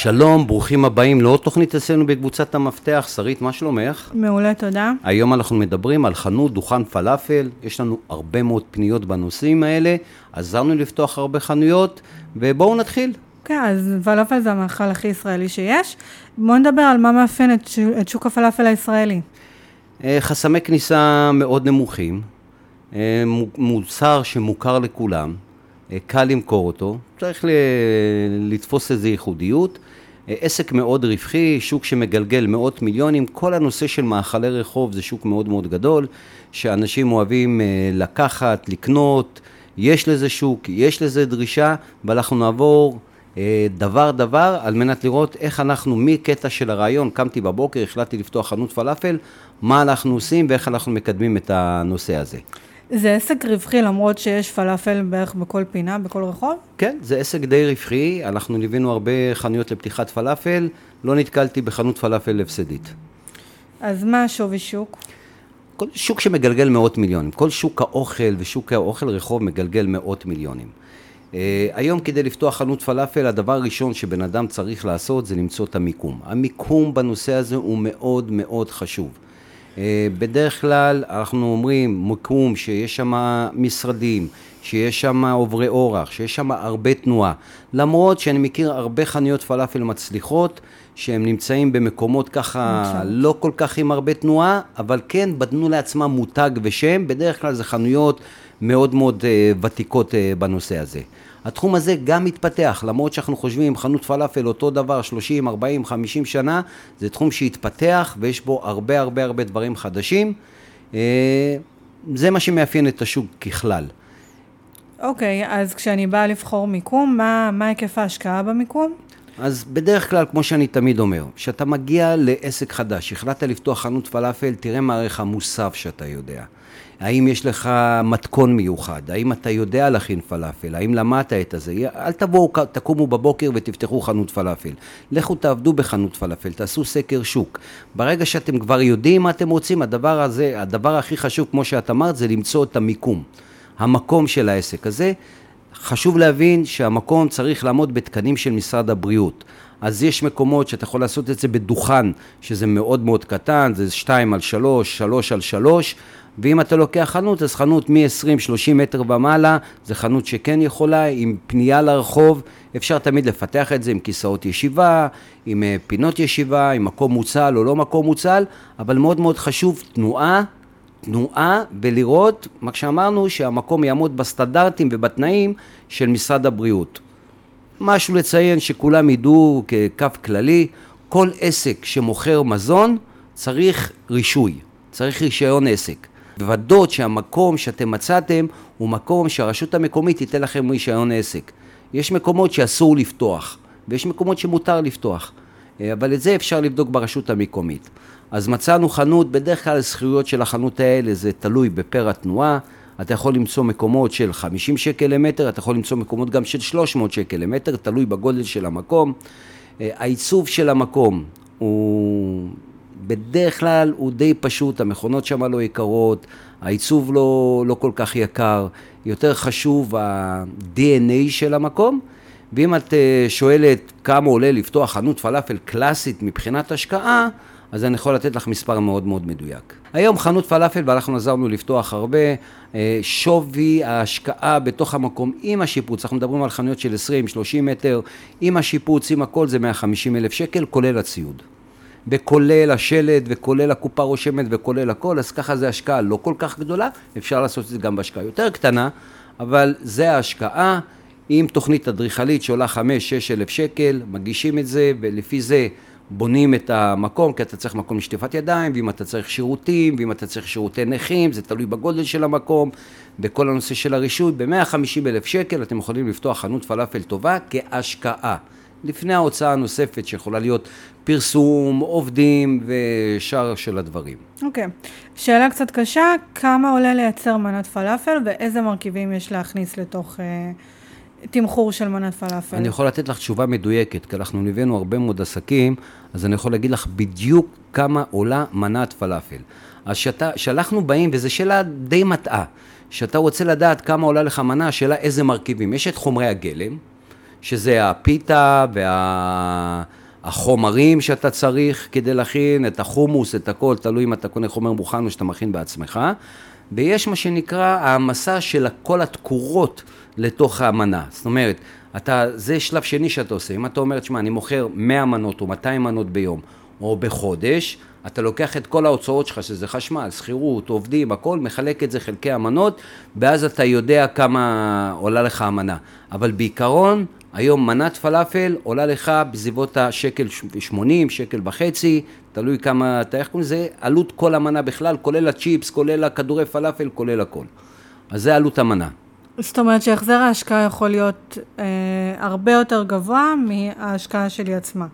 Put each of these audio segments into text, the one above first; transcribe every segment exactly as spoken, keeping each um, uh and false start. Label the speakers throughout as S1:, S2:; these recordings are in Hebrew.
S1: שלום, ברוכים הבאים לעוד תוכנית אצלנו בקבוצת המפתח. שרית, מה שלומך?
S2: מעולה, תודה.
S1: היום אנחנו מדברים על חנות, דוכן פלאפל. יש לנו הרבה מאוד פניות בנושאים האלה, עזרנו לפתוח הרבה חנויות, ובואו נתחיל.
S2: כן, אז פלאפל זה המאכל הכי ישראלי שיש. בואו נדבר על מה מאפיין את, ש... את שוק הפלאפל הישראלי.
S1: חסמי כניסה מאוד נמוכים, מוצר שמוכר לכולם, קל למכור אותו, צריך לתפוס איזו ייחודיות, עסק מאוד רווחי, שוק שמגלגל מאות מיליונים, כל הנושא של מאכלי רחוב זה שוק מאוד מאוד גדול, שאנשים אוהבים לקחת, לקנות, יש לזה שוק, יש לזה דרישה, ואנחנו נעבור דבר דבר על מנת לראות איך אנחנו מקטע של הרעיון, קמתי בבוקר, החלטתי לפתוח חנות פלאפל, מה אנחנו עושים ואיך אנחנו מקדמים את הנושא הזה.
S2: זה עסק רווחי למרות שיש פלאפל בערך בכל פינה, בכל רחוב?
S1: כן, זה עסק די רווחי, אנחנו ליווינו הרבה חנויות לפתיחת פלאפל, לא נתקלתי בחנות פלאפל הפסדית.
S2: אז מה שווי שוק?
S1: כל שוק שמגלגל מאות מיליונים, כל שוק האוכל ושוק האוכל רחוב מגלגל מאות מיליונים. Uh, היום כדי לפתוח חנות פלאפל, הדבר הראשון שבן אדם צריך לעשות זה למצוא את המיקום. המיקום בנושא הזה הוא מאוד מאוד חשוב. Uh, בדרך כלל אנחנו אומרים מיקום שיש שם משרדים, שיש שם עוברי אורח, שיש שם הרבה תנועה. למרות שאני מכיר הרבה חנויות פלאפל מצליחות, שהם נמצאים במקומות ככה לא כל כך עם הרבה תנועה, אבל כן בנו לעצמם מותג ושם, בדרך כלל זה חנויות מאוד מאוד uh, ותיקות uh, בנושא הזה. התחום הזה גם מתפתח, למרות שאנחנו חושבים חנות פלאפל אותו דבר שלושים, ארבעים, חמישים שנה, זה תחום שהתפתח ויש בו הרבה הרבה הרבה דברים חדשים. זה מה שמאפיין את השוק ככלל.
S2: אוקיי, אז כשאני באה לבחור מיקום, מה, מה היקף ההשקעה במיקום?
S1: אז בדרך כלל, כמו שאני תמיד אומר, כשאתה מגיע לעסק חדש, החלטת לפתוח חנות פלאפל, תראה מה הערך המוסף שאתה יודע. האם יש לך מתכון מיוחד? האם אתה יודע להכין פלאפל? האם למדת את הזה? אל תבואו, תקומו בבוקר ותפתחו חנות פלאפל. לכו תעבדו בחנות פלאפל, תעשו סקר שוק. ברגע שאתם כבר יודעים מה אתם רוצים, הדבר הזה, הדבר הכי חשוב, כמו שאת אמרת, זה למצוא את המיקום. המקום של העסק הזה. חשוב להבין שהמקום צריך לעמוד בתקנים של משרד הבריאות. אז יש מקומות שאתה יכול לעשות את זה בדוכן, שזה מאוד מאוד קטן, זה שתיים על שלוש, שלוש על שלוש, ואם אתה לוקח חנות, אז חנות מ-עשרים שלושים מטר ומעלה, זה חנות שכן יכולה, עם פנייה לרחוב, אפשר תמיד לפתח את זה עם כיסאות ישיבה, עם פינות ישיבה, עם מקום מוצל או לא מקום מוצל, אבל מאוד מאוד חשוב תנועה, תנועה ולראות, מה שאמרנו, שהמקום יעמוד בסטנדרטים ובתנאים של משרד הבריאות. משהו לציין שכולם ידעו כקו כללי, כל עסק שמוכר מזון צריך רישוי, צריך רישיון עסק. בוודאות שהמקום שאתם מצאתם הוא מקום שהרשות המקומית תיתן לכם רישיון עסק. יש מקומות שאסור לפתוח, ויש מקומות שמותר לפתוח, אבל את זה אפשר לבדוק ברשות המקומית. אז מצאנו חנות, בדרך כלל הזכויות של החנות האלה זה תלוי בפר התנועה, אתה יכול למצוא מקומות של חמישים שקל למטר, אתה יכול למצוא מקומות גם של שלוש מאות שקל למטר, תלוי בגודל של המקום. העיצוב של המקום הוא בדרך כלל הוא די פשוט, המכונות שם לא יקרות, העיצוב לא, לא כל כך יקר, יותר חשוב ה-די אן איי של המקום, ואם את שואלת כמה עולה לפתוח חנות פלאפל קלאסית מבחינת השקעה, אז אני יכול לתת לך מספר מאוד מאוד מדויק. היום חנות פלאפל, ואנחנו עזרנו לפתוח הרבה, שווי ההשקעה בתוך המקום עם השיפוץ, אנחנו מדברים על חנויות של עשרים שלושים מטר, עם השיפוץ, עם הכל זה מאה וחמישים אלף שקל, כולל הציוד. וכולל השלט, וכולל הקופה רושמת, וכולל הכל, אז ככה זה השקעה לא כל כך גדולה, אפשר לעשות את זה גם בהשקעה יותר קטנה, אבל זה ההשקעה, עם תוכנית אדריכלית שעולה חמש שש אלף שקל, מגישים את זה, ולפי זה בונים את המקום, כי אתה צריך מקום לשטיפת ידיים, ואם אתה צריך שירותים, ואם אתה צריך שירותי נכים, זה תלוי בגודל של המקום, בכל הנושא של הרישוי, ב-מאה וחמישים אלף שקל אתם יכולים לפתוח חנות פלאפל טובה כהשקעה. לפני ההוצאה הנוספת שיכולה להיות פרסום, עובדים ושאר של הדברים.
S2: אוקיי. שאלה קצת קשה, כמה עולה לייצר מנת פלאפל ואיזה מרכיבים יש להכניס לתוך אה, תמחור של מנת פלאפל?
S1: אני יכול לתת לך תשובה מדויקת, כי אנחנו נבאנו הרבה מאוד עסקים, אז אני יכול להגיד לך בדיוק כמה עולה מנת פלאפל. אז שאתה, שאנחנו באים, וזו שאלה די מטעה, שאתה רוצה לדעת כמה עולה לך מנה, השאלה איזה מרכיבים. יש את חומרי הגלם, שזה הפיתה והחומרים שאתה צריך כדי להכין, את החומוס, את הכל, תלוי אם אתה קונה חומר מוכן או שאתה מכין בעצמך. ויש מה שנקרא העמסה של כל התקורות לתוך המנה. זאת אומרת, אתה, זה שלב שני שאתה עושה. אם אתה אומר, תשמע, אני מוכר מאה מנות או מאתיים מנות ביום או בחודש, אתה לוקח את כל ההוצאות שלך, שזה חשמל, שכירות, עובדים, הכל, מחלק את זה חלקי המנות, ואז אתה יודע כמה עולה לך המנה. אבל בעיקרון, היום מנת פלאפל עולה לך בסביבות השקל שמונים, שקל וחצי, תלוי כמה, אתה איך קוראים לזה, עלות כל המנה בכלל, כולל הצ'יפס, כולל הכדורי פלאפל, כולל הכל. אז זה עלות המנה.
S2: זאת אומרת שהחזר ההשקעה יכול להיות אה, הרבה יותר גבוה מההשקעה שלי עצמה.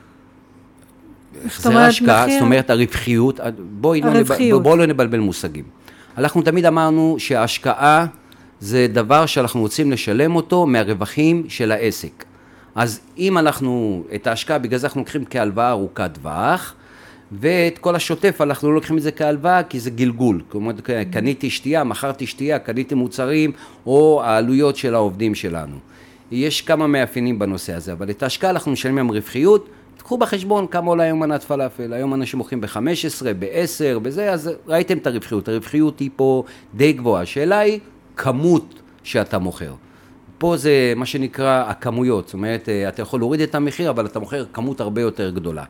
S1: החזר ההשקעה, זאת אומרת הרווחיות, בואי לא, נבל, בוא לא נבלבל מושגים. אנחנו תמיד אמרנו שההשקעה זה דבר שאנחנו רוצים לשלם אותו מהרווחים של העסק. אז אם אנחנו, את ההשקעה בגלל זה אנחנו לוקחים כהלוואה ארוכת טווח, ואת כל השוטף אנחנו לא לוקחים את זה כהלוואה כי זה גלגול. כלומר, קניתי שתייה, מכרתי שתייה, קניתי מוצרים או העלויות של העובדים שלנו. יש כמה מאפיינים בנושא הזה, אבל את ההשקעה אנחנו משלמים עם רווחיות. תקחו בחשבון כמה עולה היום מנת פלאפל. היום אנשים מוכרים ב-חמש עשרה, ב-עשר, בזה, אז ראיתם את הרווחיות. הרווחיות היא פה די גבוהה. השאלה היא כמות שאתה מוכר. פה זה מה שנקרא הכמויות. זאת אומרת, אתה יכול להוריד את המחיר, אבל אתה מוכר כמות הרבה יותר גדולה.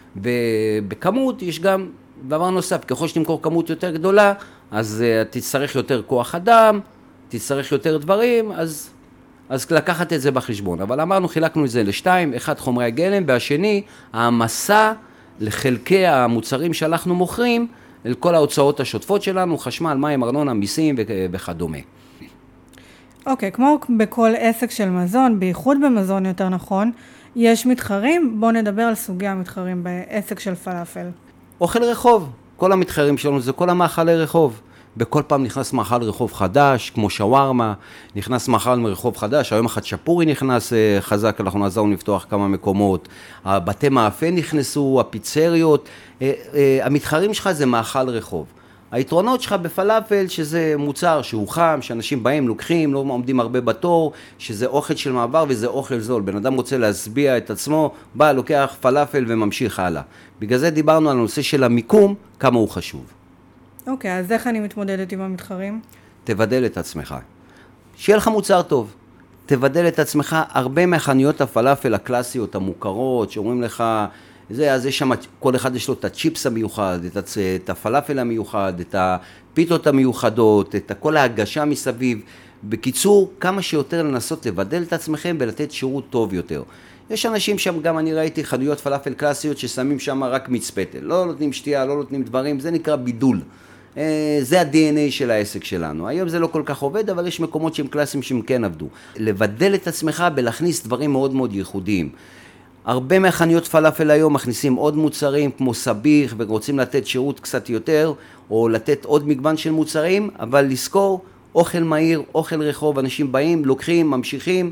S1: ובכמות יש גם דבר נוסף, ככל שתמכור כמות יותר גדולה, אז uh, תצטרך יותר כוח אדם, תצטרך יותר דברים, אז, אז לקחת את זה בחשבון. אבל אמרנו, חילקנו את זה לשתיים, אחד חומרי הגלם, והשני, העמסה לחלקי המוצרים שאנחנו מוכרים, אל כל ההוצאות השוטפות שלנו, חשמל, מים, ארנונה, מיסים וכדומה.
S2: אוקיי, okay, כמו בכל עסק של מזון, בייחוד במזון יותר נכון, יש מתחרים, בואו נדבר על סוגי המתחרים בעסק של פלאפל.
S1: אוכל רחוב, כל המתחרים שלנו זה כל המאכלי רחוב. בכל פעם נכנס מאכל רחוב חדש, כמו שווארמה, נכנס מאכל מרחוב חדש, היום החצ'פורי נכנס חזק, אנחנו נעזרנו לפתוח כמה מקומות, הבתי מאפה נכנסו, הפיצריות, המתחרים שלך זה מאכל רחוב. היתרונות שלך בפלאפל שזה מוצר שהוא חם, שאנשים באים, לוקחים, לא עומדים הרבה בתור, שזה אוכל של מעבר וזה אוכל זול. בן אדם רוצה להסביע את עצמו, בא, לוקח פלאפל וממשיך הלאה. בגלל זה דיברנו על הנושא של המיקום, כמה הוא חשוב.
S2: אוקיי, אז איך אני מתמודדת עם המתחרים?
S1: תבדל את עצמך. שיהיה לך מוצר טוב. תבדל את עצמך. הרבה מהחנויות הפלאפל הקלאסיות, המוכרות, שאומרים לך, זה, אז יש שם, כל אחד יש לו את הצ'יפס המיוחד, את, הצ... את הפלאפל המיוחד, את הפיתות המיוחדות, את כל ההגשה מסביב. בקיצור, כמה שיותר לנסות לבדל את עצמכם ולתת שירות טוב יותר. יש אנשים שם, גם אני ראיתי חנויות פלאפל קלאסיות ששמים שם רק מצפתל. לא נותנים שתייה, לא נותנים דברים, זה נקרא בידול. זה ה-די אן איי של העסק שלנו. היום זה לא כל כך עובד, אבל יש מקומות שהם קלאסיים שהם כן עבדו. לבדל את עצמך ולהכניס דברים מאוד מאוד ייחודיים. הרבה מהחנויות פלאפל היום מכניסים עוד מוצרים כמו סביח ורוצים לתת שירות קצת יותר או לתת עוד מגוון של מוצרים, אבל לזכור אוכל מהיר, אוכל רחוב, אנשים באים, לוקחים, ממשיכים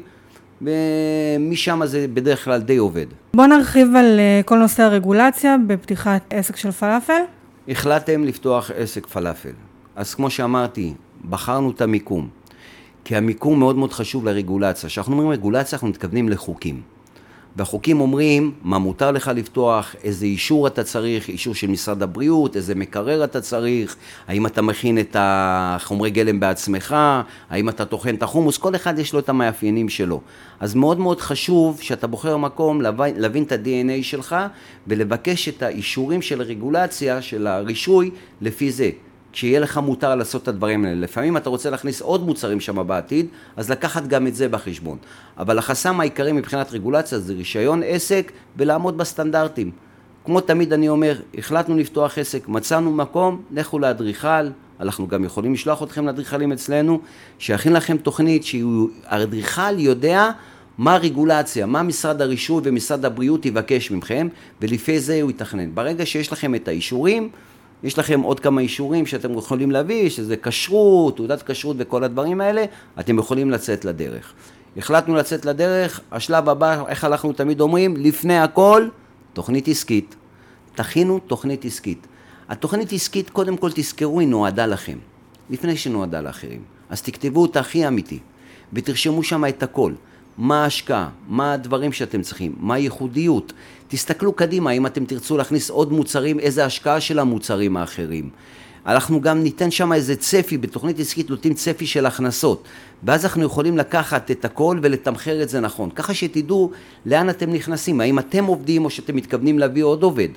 S1: ומשם זה בדרך כלל די עובד.
S2: בוא נרחיב על כל נושא הרגולציה בפתיחת עסק של פלאפל.
S1: החלטתם לפתוח עסק פלאפל. אז כמו שאמרתי, בחרנו את המיקום. כי המיקום מאוד מאוד חשוב לרגולציה. כשאנחנו אומרים רגולציה, אנחנו מתכוונים לחוקים. והחוקים אומרים מה מותר לך לפתוח, איזה אישור אתה צריך, אישור של משרד הבריאות, איזה מקרר אתה צריך, האם אתה מכין את החומרי גלם בעצמך, האם אתה טוחן את החומוס, כל אחד יש לו את המאפיינים שלו. אז מאוד מאוד חשוב שאתה בוחר מקום להבין, להבין את ה-די אן איי שלך ולבקש את האישורים של הרגולציה, של הרישוי, לפי זה. כשיהיה לך מותר לעשות את הדברים האלה. לפעמים אתה רוצה להכניס עוד מוצרים שם בעתיד, אז לקחת גם את זה בחשבון. אבל החסם העיקרי מבחינת רגולציה זה רישיון עסק ולעמוד בסטנדרטים. כמו תמיד אני אומר, החלטנו לפתוח עסק, מצאנו מקום, לכו לאדריכל, אנחנו גם יכולים לשלוח אתכם לאדריכלים אצלנו, שיכין לכם תוכנית שהאדריכל יודע מה הרגולציה, מה משרד הרישוי ומשרד הבריאות יבקש מכם, ולפי זה הוא יתכנן. ברגע שיש לכם את האישורים, יש לכם עוד כמה אישורים שאתם יכולים להביא, שזה כשרות, תעודת כשרות וכל הדברים האלה, אתם יכולים לצאת לדרך. החלטנו לצאת לדרך, השלב הבא, איך אנחנו תמיד אומרים, לפני הכל, תוכנית עסקית. תכינו תוכנית עסקית. התוכנית עסקית, קודם כל תזכרו, היא נועדה לכם, לפני שנועדה לאחרים. אז תכתבו אותה הכי אמיתי, ותרשמו שם את הכל. מה ההשקעה, מה הדברים שאתם צריכים, מה הייחודיות. תסתכלו קדימה, אם אתם תרצו להכניס עוד מוצרים, איזה השקעה של המוצרים האחרים. אנחנו גם ניתן שם איזה צפי, בתוכנית עסקית נותנים צפי של הכנסות, ואז אנחנו יכולים לקחת את הכל ולתמחר את זה נכון, ככה שתדעו לאן אתם נכנסים, האם אתם עובדים או שאתם מתכוונים להביא עוד עובד,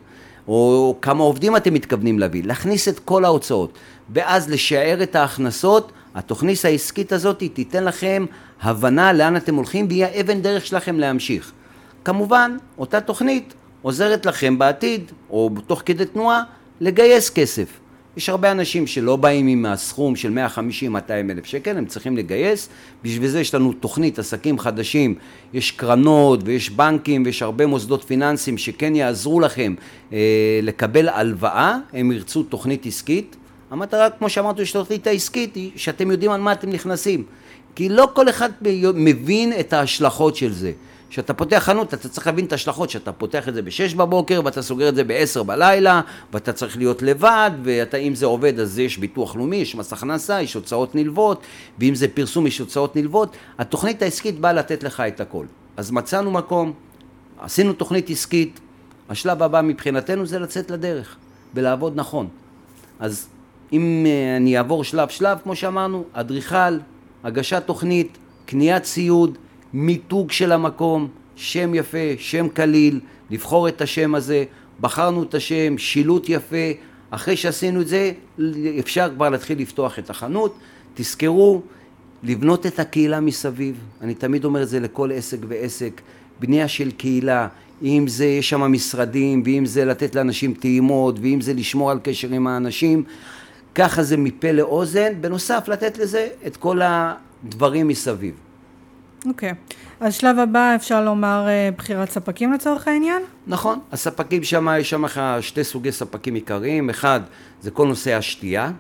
S1: או כמה עובדים אתם מתכוונים להביא, להכניס את כל ההוצאות, ואז לשער את ההכנסות. התוכנית העסקית הזאת תיתן לכם הבנה לאן אתם הולכים, והיא אבן דרך שלכם להמשיך. כמובן, אותה תוכנית עוזרת לכם בעתיד, או תוך כדי תנועה, לגייס כסף. יש הרבה אנשים שלא באים עם הסכום של מאה חמישים עד מאתיים אלף שקל, הם צריכים לגייס. בשביל זה יש לנו תוכנית עסקים חדשים, יש קרנות ויש בנקים ויש הרבה מוסדות פיננסיים שכן יעזרו לכם אה, לקבל הלוואה, הם ירצו תוכנית עסקית. המטרה, כמו שאמרתי, יש תוכנית העסקית, היא שאתם יודעים על מה אתם נכנסים. כי לא כל אחד מבין את ההשלכות של זה. כשאתה פותח חנות, אתה צריך להבין את ההשלכות, שאתה פותח את זה בשש בבוקר, ואתה סוגר את זה בעשר בלילה, ואתה צריך להיות לבד, ואתה, אם זה עובד, אז יש ביטוח לאומי, יש מס הכנסה, יש הוצאות נלוות, ואם זה פרסום, יש הוצאות נלוות. התוכנית העסקית באה לתת לך את הכל. אז מצאנו מקום, עשינו תוכנית עסקית, השלב הבא מבחינתנו זה לצאת לדרך, ולעבוד נכון. אז אם אני אעבור שלב שלב, כמו שאמרנו, אדריכל, הגשת תוכנית, קניית ציוד, מיתוג של המקום, שם יפה, שם קליל, לבחור את השם הזה, בחרנו את השם, שילוט יפה, אחרי שעשינו את זה, אפשר כבר להתחיל לפתוח את החנות. תזכרו, לבנות את הקהילה מסביב, אני תמיד אומר את זה לכל עסק ועסק, בנייה של קהילה, אם זה יש שם משרדים, ואם זה לתת לאנשים טעימות, ואם זה לשמור על קשר עם האנשים, ככה זה מפה לאוזן, בנוסף לתת לזה את כל הדברים מסביב.
S2: אוקיי, okay. אז שלב הבא אפשר לומר בחירת ספקים לצורך העניין?
S1: נכון, הספקים שם, יש שם שתי סוגי ספקים עיקריים, אחד זה כל נושא השתייה,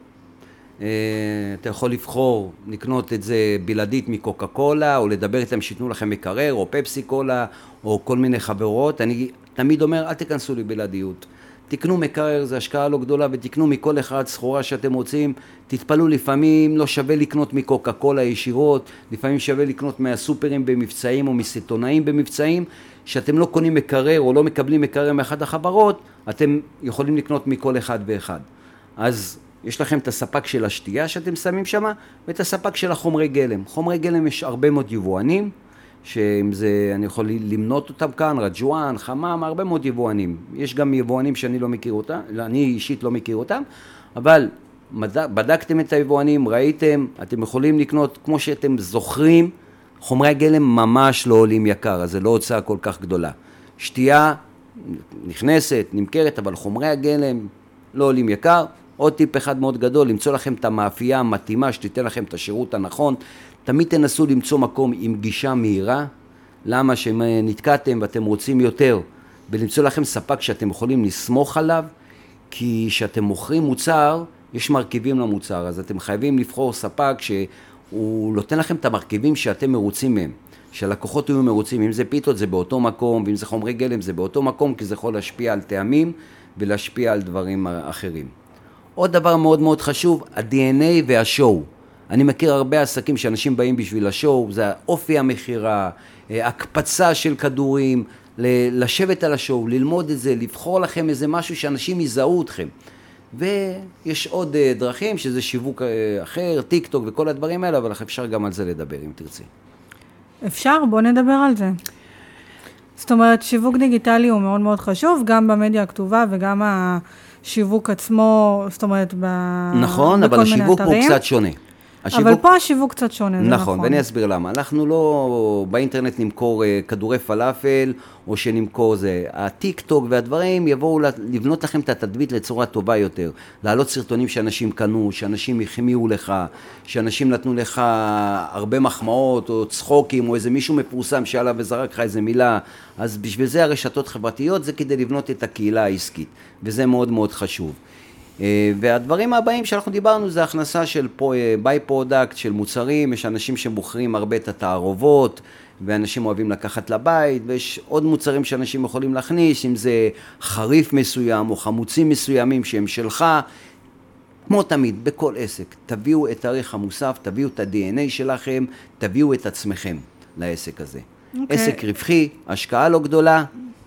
S1: אתה יכול לבחור לקנות את זה בלעדית מקוקה קולה, או לדבר איתם שיתנו לכם מקרר, או פפסי קולה, או כל מיני חברות. אני תמיד אומר, אל תכנסו לבלעדיות. תקנו מקרר, זה השקעה לא גדולה, ותקנו מכל אחד סחורה שאתם רוצים. תתפלו, לפעמים לא שווה לקנות מקוקה קולה ישירות, לפעמים שווה לקנות מהסופרים במבצעים או מסיטונאים במבצעים, שאתם לא קונים מקרר או לא מקבלים מקרר מאחד החברות, אתם יכולים לקנות מכל אחד ואחד. אז יש לכם את הספק של השתייה שאתם שמים שם, ואת הספק של החומרי גלם. חומרי גלם יש הרבה מאוד יבואנים, שאם זה, אני יכול למנות אותם כאן, רג'ואן, חמם, הרבה מאוד יבואנים. יש גם יבואנים שאני לא מכיר אותם, אני אישית לא מכיר אותם, אבל בדקתם את היבואנים, ראיתם, אתם יכולים לקנות, כמו שאתם זוכרים, חומרי גלם ממש לא עולים יקר, אז זה לא הוצאה כל כך גדולה. שתייה נכנסת, נמכרת, אבל חומרי הגלם לא עולים יקר. עוד טיפ אחד מאוד גדול, למצוא לכם את המאפייה המתאימה, שתיתן לכם את השירות הנכון. תמיד תנסו למצוא מקום עם גישה מהירה. למה? שנתקעתם ואתם רוצים יותר, ולמצוא לכם ספק שאתם יכולים לסמוך עליו, כי שאתם מוכרים מוצר, יש מרכיבים למוצר, אז אתם חייבים לבחור ספק שהוא נותן לכם את המרכיבים שאתם מרוצים מהם, שהלקוחות יהיו מרוצים. אם זה פיתות זה באותו מקום, ואם זה חומרי גלם זה באותו מקום, כי זה יכול להשפיע על טעמים ולהשפיע על דברים אחרים. עוד דבר מאוד מאוד חשוב, ה-די אן איי והשואו. אני מכיר הרבה עסקים שאנשים באים בשביל השואו, זה האופי המחירה, הקפצה של כדורים, לשבת על השואו, ללמוד את זה, לבחור לכם איזה משהו שאנשים יזהו אתכם. ויש עוד דרכים שזה שיווק אחר, טיק טוק וכל הדברים האלה, אבל אפשר גם על זה לדבר אם תרצי.
S2: אפשר, בוא נדבר על זה. זאת אומרת, שיווק דיגיטלי הוא מאוד מאוד חשוב, גם במדיה הכתובה וגם השיווק עצמו, זאת אומרת, ב...
S1: נכון, אבל השיווק הוא קצת שונה.
S2: השיווק... אבל פה השיווק קצת שונה, זה נכון.
S1: נכון, ואני אסביר למה. אנחנו לא באינטרנט נמכור כדורי פלאפל, או שנמכור זה. הטיק טוק והדברים יבואו לבנות לכם את התדמית לצורה טובה יותר. להעלות סרטונים שאנשים קנו, שאנשים החמיאו לך, שאנשים נתנו לך הרבה מחמאות, או צחוקים, או איזה מישהו מפורסם שעלה וזרק לך איזה מילה. אז בשביל זה הרשתות חברתיות זה כדי לבנות את הקהילה העסקית, וזה מאוד מאוד חשוב. והדברים הבאים שאנחנו דיברנו זה הכנסה של ביי פרודקט, של מוצרים. יש אנשים שמוכרים הרבה את התערובות, ואנשים אוהבים לקחת לבית, ויש עוד מוצרים שאנשים יכולים להכניס, אם זה חריף מסוים או חמוצים מסוימים שהם שלך. כמו תמיד, בכל עסק, תביאו את הערך המוסף, תביאו את ה-די אן איי שלכם, תביאו את עצמכם. לעסק הזה.
S2: Okay.
S1: עסק רווחי, השקעה לא גדולה.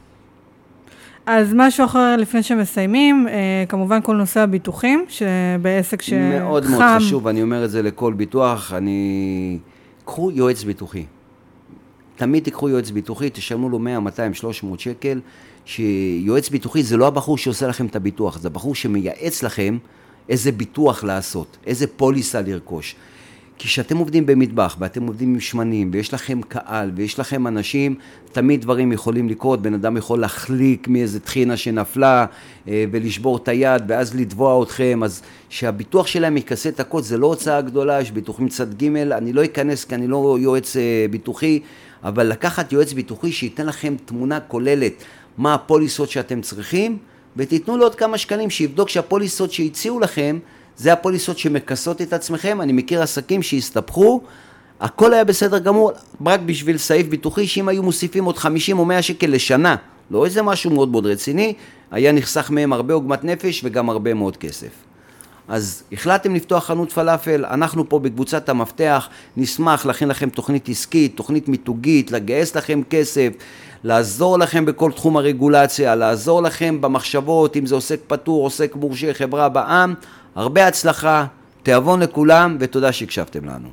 S2: אז משהו אחר לפני שמסיימים, אה, כמובן כל נושא הביטוחים, שבעסק שחם...
S1: מאוד מאוד חשוב, אני אומר את זה לכל ביטוח, אני... קחו יועץ ביטוחי. תמיד תקחו יועץ ביטוחי, תשלמו לו מאה, מאתיים, שלוש מאות שקל, שיועץ ביטוחי זה לא הבחור שעושה לכם את הביטוח, זה הבחור שמייעץ לכם איזה ביטוח לעשות, איזה פוליסה לרכוש. כי כשאתם עובדים במטבח, ואתם עובדים עם שמנים, ויש לכם קהל, ויש לכם אנשים, תמיד דברים יכולים לקרות, בן אדם יכול להחליק מאיזה תחינה שנפלה, ולשבור את היד, ואז לתבוע אתכם, אז שהביטוח שלהם יכסה את הכל, זה לא הוצאה גדולה, יש ביטוחים צד ג', אני לא אכנס כי אני לא יועץ ביטוחי, אבל לקחת יועץ ביטוחי שייתן לכם תמונה כוללת, מה הפוליסות שאתם צריכים, ותיתנו לו עוד כמה שקלים, שיבדוק שהפוליסות שהציעו לכם, זה הפוליסות שמכסות את עצמכם. אני מכיר עסקים שהסתבכו, הכל היה בסדר גמור, רק בשביל סעיף ביטוחי, שאם היו מוסיפים עוד חמישים או מאה שקל לשנה, לא איזה משהו מאוד מאוד רציני, היה נחסך מהם הרבה עוגמת נפש וגם הרבה מאוד כסף. אז החלטתם לפתוח חנות פלאפל, אנחנו פה בקבוצת המפתח, נשמח להכין לכם תוכנית עסקית, תוכנית מיתוגית, לגייס לכם כסף, לעזור לכם בכל תחום הרגולציה, לעזור לכם במחשבות, אם זה עוסק פטור, עוסק מורשה, חברה בע"מ, הרבה הצלחה, תיאבון לכולם ותודה שהקשבתם לנו.